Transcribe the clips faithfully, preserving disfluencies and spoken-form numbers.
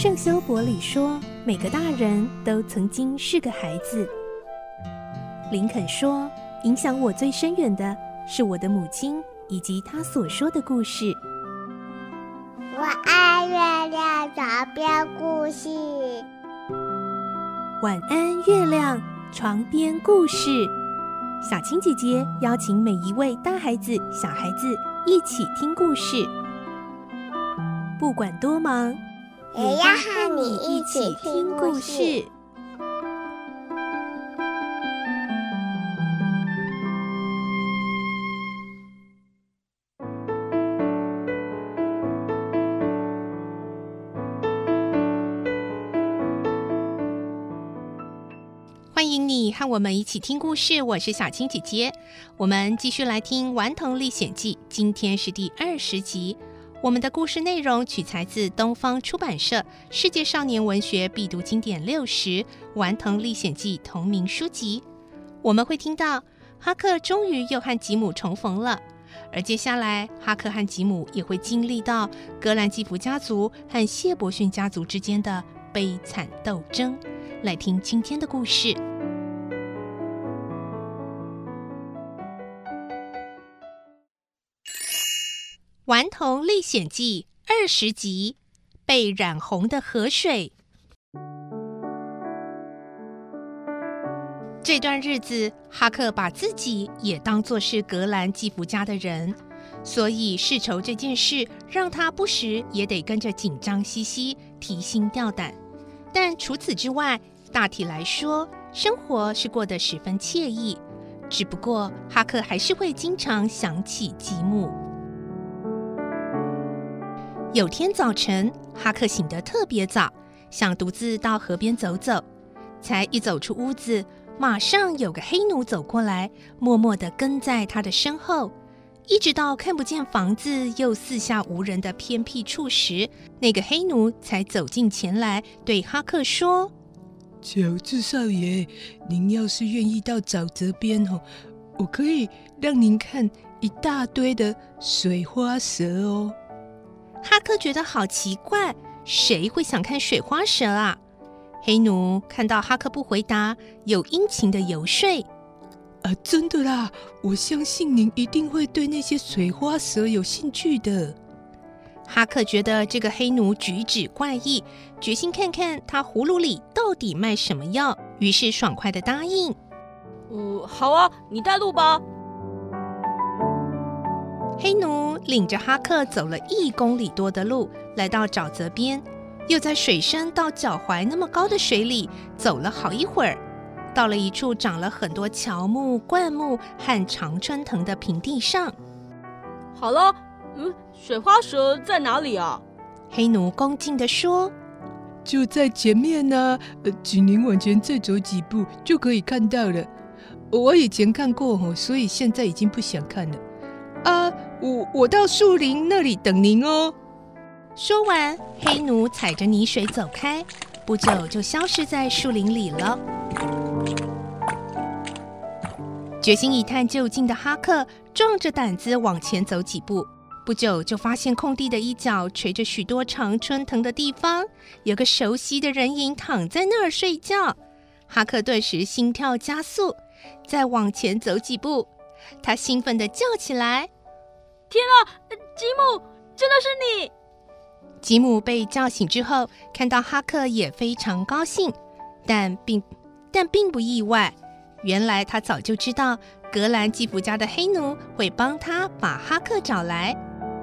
圣修伯里说，每个大人都曾经是个孩子。林肯说，影响我最深远的是我的母亲以及她所说的故事。 我爱月亮床边故事。 晚安，月亮床边故事。小青姐姐邀请每一位大孩子、小孩子一起听故事，不管多忙， 也要和你一起听故事。 欢迎你和我们一起听故事，我是小青姐姐。我们继续来听《顽童历险记》，今天是第二十集。我们的故事内容取材自东方出版社《世界少年文学必读经典六十顽童历险记》同名书籍。我们会听到哈克终于又和吉姆重逢了，而接下来哈克和吉姆也会经历到格兰基福家族和谢伯逊家族之间的悲惨斗争。来听今天的故事。顽童历险记二十集，被染红的河水。这段日子，哈克把自己也当作是格兰基福家的人，所以世仇这件事让他不时也得跟着紧张兮兮，提心吊胆。但除此之外，大体来说，生活是过得十分惬意。只不过哈克还是会经常想起吉姆。有天早晨，哈克醒得特别早，想独自到河边走走。才一走出屋子，马上有个黑奴走过来，默默地跟在他的身后，一直到看不见房子又四下无人的偏僻处时，那个黑奴才走近前来，对哈克说： 乔治少爷，您要是愿意到沼泽边哦，我可以让您看一大堆的水花蛇哦。 哈克觉得好奇怪，谁会想看水花蛇啊？黑奴看到哈克不回答，有殷勤的游说： 啊，真的啦，我相信您一定会对那些水花蛇有兴趣的。 哈克觉得这个黑奴举止怪异，决心看看他葫芦里到底卖什么药，于是爽快地答应： 呃，好啊，你带路吧。 黑奴领着哈克走了一公里多的路，来到沼泽边，又在水深到脚踝那么高的水里走了好一会儿，到了一处长了很多乔木、灌木和常春藤的平地上。 好了，嗯，水花蛇在哪里啊？ 黑奴恭敬地说： 就在前面呢、啊呃，请您往前再走几步就可以看到了。我以前看过，所以现在已经不想看了。啊，我我到树林那里等您哦。 说完，黑奴踩着泥水走开，不久就消失在树林里了。决心一探究竟的哈克壮着胆子往前走几步，不久就发现空地的一角垂着许多常春藤的地方，有个熟悉的人影躺在那儿睡觉。哈克顿时心跳加速，再往前走几步，他兴奋地叫起来： 天啊，吉姆，真的是你！ 吉姆被叫醒之后，看到哈克也非常高兴，但并但并不意外。原来他早就知道格兰基福家的黑奴会帮他把哈克找来。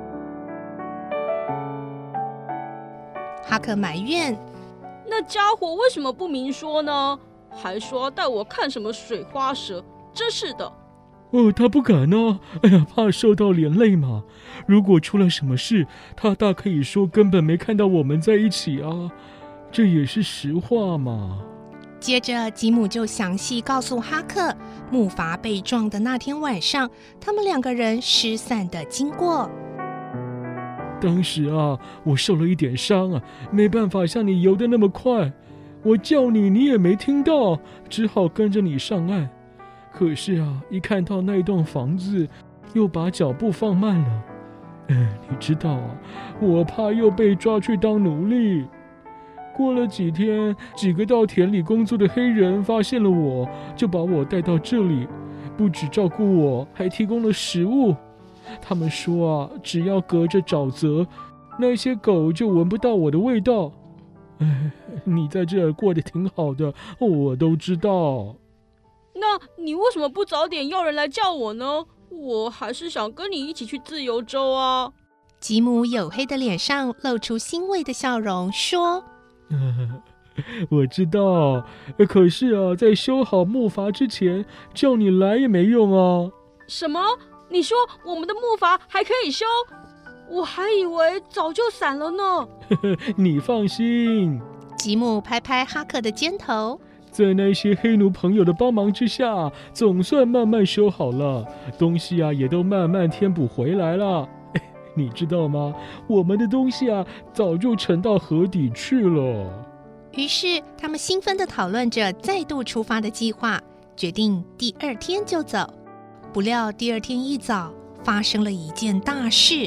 哈克埋怨： 那家伙为什么不明说呢？还说带我看什么水花蛇，真是的。 哦，他不敢啊！哎呀，怕受到连累嘛。如果出了什么事，他大可以说根本没看到我们在一起啊，这也是实话嘛。 接着，吉姆就详细告诉哈克，木筏被撞的那天晚上，他们两个人失散的经过。 当时啊，我受了一点伤啊，没办法像你游得那么快。我叫你，你也没听到，只好跟着你上岸。可是啊，一看到那栋房子，又把脚步放慢了。哎，你知道啊，我怕又被抓去当奴隶。 过了几天，几个到田里工作的黑人发现了我，就把我带到这里，不只照顾我，还提供了食物。他们说啊，只要隔着沼泽，那些狗就闻不到我的味道。哎，你在这儿过得挺好的，我都知道。 那你为什么不早点要人来叫我呢？我还是想跟你一起去自由州啊。 吉姆黝黑的脸上露出欣慰的笑容，说： 我知道，可是啊，在修好木筏之前，叫你来也没用啊。 什么？你说我们的木筏还可以修？我还以为早就散了呢。 你放心。 吉姆拍拍哈克的肩头， 在那些黑奴朋友的帮忙之下，总算慢慢修好了，东西啊也都慢慢填补回来了。你知道吗？我们的东西啊，早就沉到河底去了。 于是他们兴奋地讨论着再度出发的计划，决定第二天就走。不料第二天一早，发生了一件大事。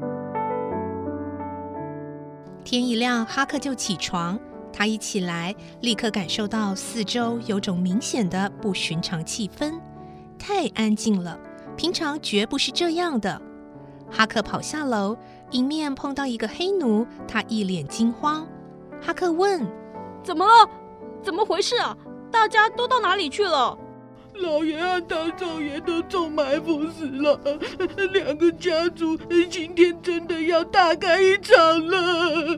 天一亮，哈克就起床。他一起来，立刻感受到四周有种明显的不寻常气氛，太安静了，平常绝不是这样的。哈克跑下楼，迎面碰到一个黑奴，他一脸惊慌。哈克问： 怎么了？怎么回事啊？大家都到哪里去了？ 老爷和大少爷都中埋伏死了，两个家族今天真的要大干一场了。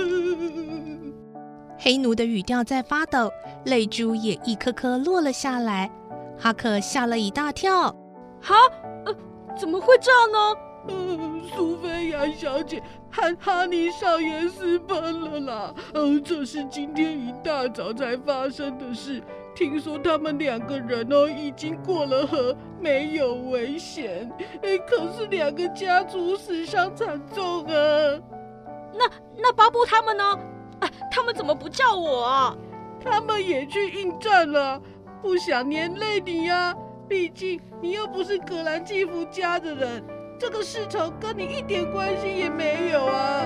黑奴的语调在发抖，泪珠也一颗颗落了下来。哈克吓了一大跳。 哈？呃，怎么会这样呢？ 嗯，苏菲亚小姐和哈尼少爷私奔了啦！哦，这是今天一大早才发生的事。听说他们两个人哦已经过了河，没有危险。可是两个家族死伤惨重啊！ 那那巴布他们呢？啊，他们怎么不叫我啊？ 他们也去应战了，不想连累你啊。毕竟你又不是葛兰基夫家的人。这个世仇跟你一点关系也没有啊！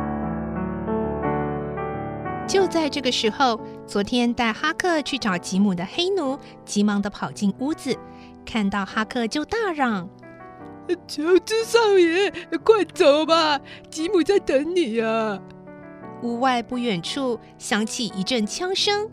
就在这个时候，昨天带哈克去找吉姆的黑奴急忙地跑进屋子，看到哈克就大嚷： 乔治少爷，快走吧，吉姆在等你啊！ 屋外不远处响起一阵枪声，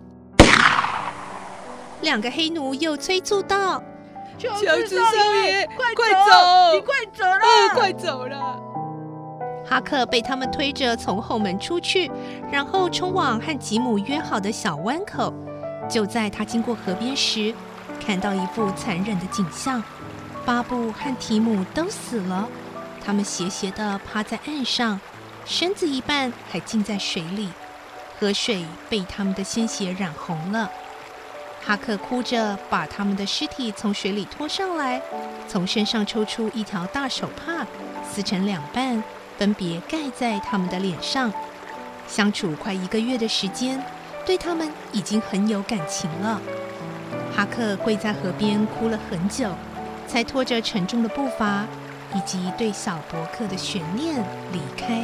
两个黑奴又催促道： 乔治少爷， 快快走！你走！ 快走了！ 哦，快走了！ 哈克被他们推着从后门出去，然后冲往和吉姆约好的小湾口。就在他经过河边时，看到一副残忍的景象：巴布和提姆都死了，他们斜斜地趴在岸上，身子一半还浸在水里，河水被他们的鲜血染红了。哈克哭着把他们的尸体从水里拖上来，从身上抽出一条大手帕，撕成两半，分别盖在他们的脸上。相处快一个月的时间，对他们已经很有感情了。哈克跪在河边哭了很久，才拖着沉重的步伐以及对小伯克的悬念离开。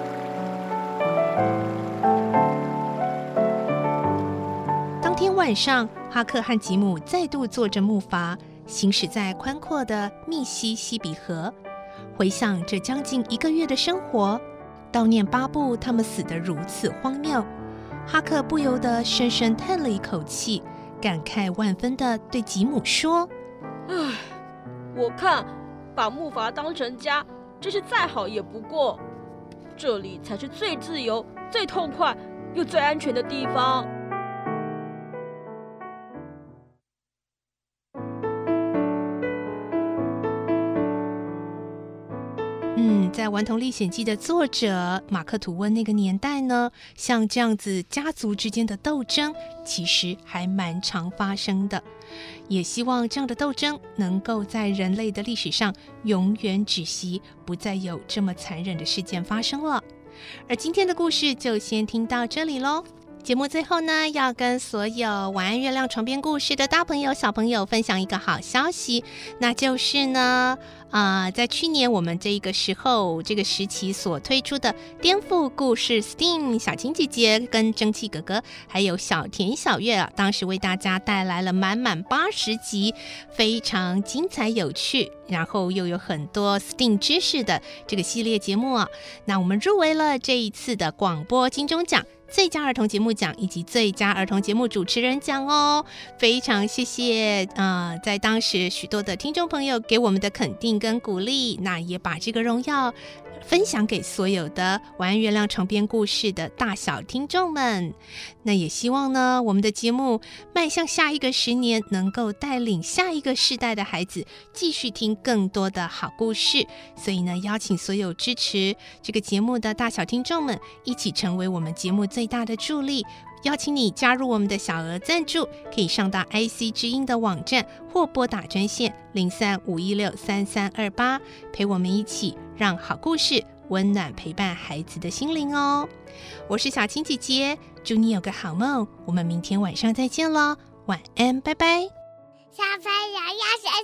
当天晚上，哈克和吉姆再度坐着木筏，行驶在宽阔的密西西比河。回想这将近一个月的生活，悼念巴布他们死得如此荒谬，哈克不由得深深叹了一口气，感慨万分地对吉姆说： 唉，我看把木筏当成家，真是再好也不过。这里才是最自由、最痛快又最安全的地方。 嗯，在《顽童历险记》的作者马克·吐温那个年代呢，像这样子家族之间的斗争，其实还蛮常发生的。也希望这样的斗争能够在人类的历史上永远止息，不再有这么残忍的事件发生了。而今天的故事就先听到这里咯。 节目最后呢，要跟所有晚安月亮床边故事的大朋友小朋友分享一个好消息，那就是呢呃，在去年我们这一个时候这个时期所推出的颠覆故事 S T E A M 小青姐姐跟蒸汽哥哥还有小田小月啊，当时为大家带来了满满八十集非常精彩有趣，然后又有很多 S T E A M 知识的这个系列节目啊。那我们入围了这一次的广播金钟奖最佳儿童节目奖以及最佳儿童节目主持人奖哦，非常谢谢呃，在当时许多的听众朋友给我们的肯定跟鼓励，那也把这个荣耀分享给所有的晚安月亮床边故事的大小听众们。那也希望呢，我们的节目迈向下一个十年，能够带领下一个世代的孩子继续听更多的好故事。所以呢，邀请所有支持这个节目的大小听众们一起成为我们节目最大的助力，邀请你加入我们的小额赞助，可以上到 I C 之音的网站或拨打专线零三五一六三三二八，陪我们一起让好故事温暖陪伴孩子的心灵哦。我是小青姐姐，祝你有个好梦，我们明天晚上再见咯，晚安，拜拜。 小朋友要学